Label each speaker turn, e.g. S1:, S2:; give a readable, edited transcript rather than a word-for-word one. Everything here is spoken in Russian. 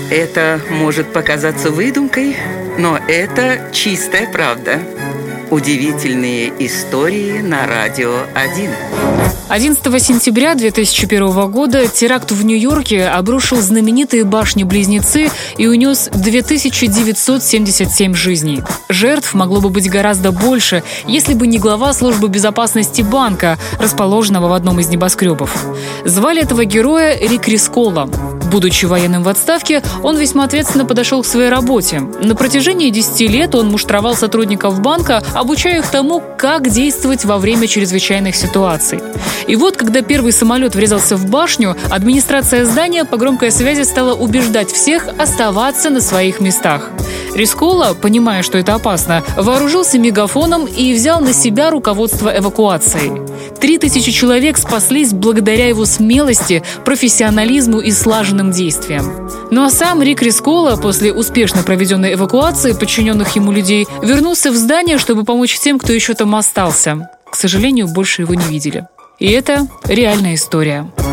S1: Это может показаться выдумкой, но это чистая правда. Удивительные истории на Радио 1.
S2: 11 сентября 2001 года теракт в Нью-Йорке обрушил знаменитые башни-близнецы и унес 2977 жизней. Жертв могло бы быть гораздо больше, если бы не глава службы безопасности банка, расположенного в одном из небоскребов. Звали этого героя Рик Рискола. Будучи военным в отставке, он весьма ответственно подошел к своей работе. На протяжении 10 лет он муштровал сотрудников банка, обучая их тому, как действовать во время чрезвычайных ситуаций. И вот, когда первый самолет врезался в башню, администрация здания по громкой связи стала убеждать всех оставаться на своих местах. Рискола, понимая, что это опасно, вооружился мегафоном и взял на себя руководство эвакуацией. 3000 человек спаслись благодаря его смелости, профессионализму и слаженным действиям. Ну а сам Рик Рискола после успешно проведенной эвакуации подчиненных ему людей вернулся в здание, чтобы помочь тем, кто еще там остался. К сожалению, больше его не видели. И это реальная история.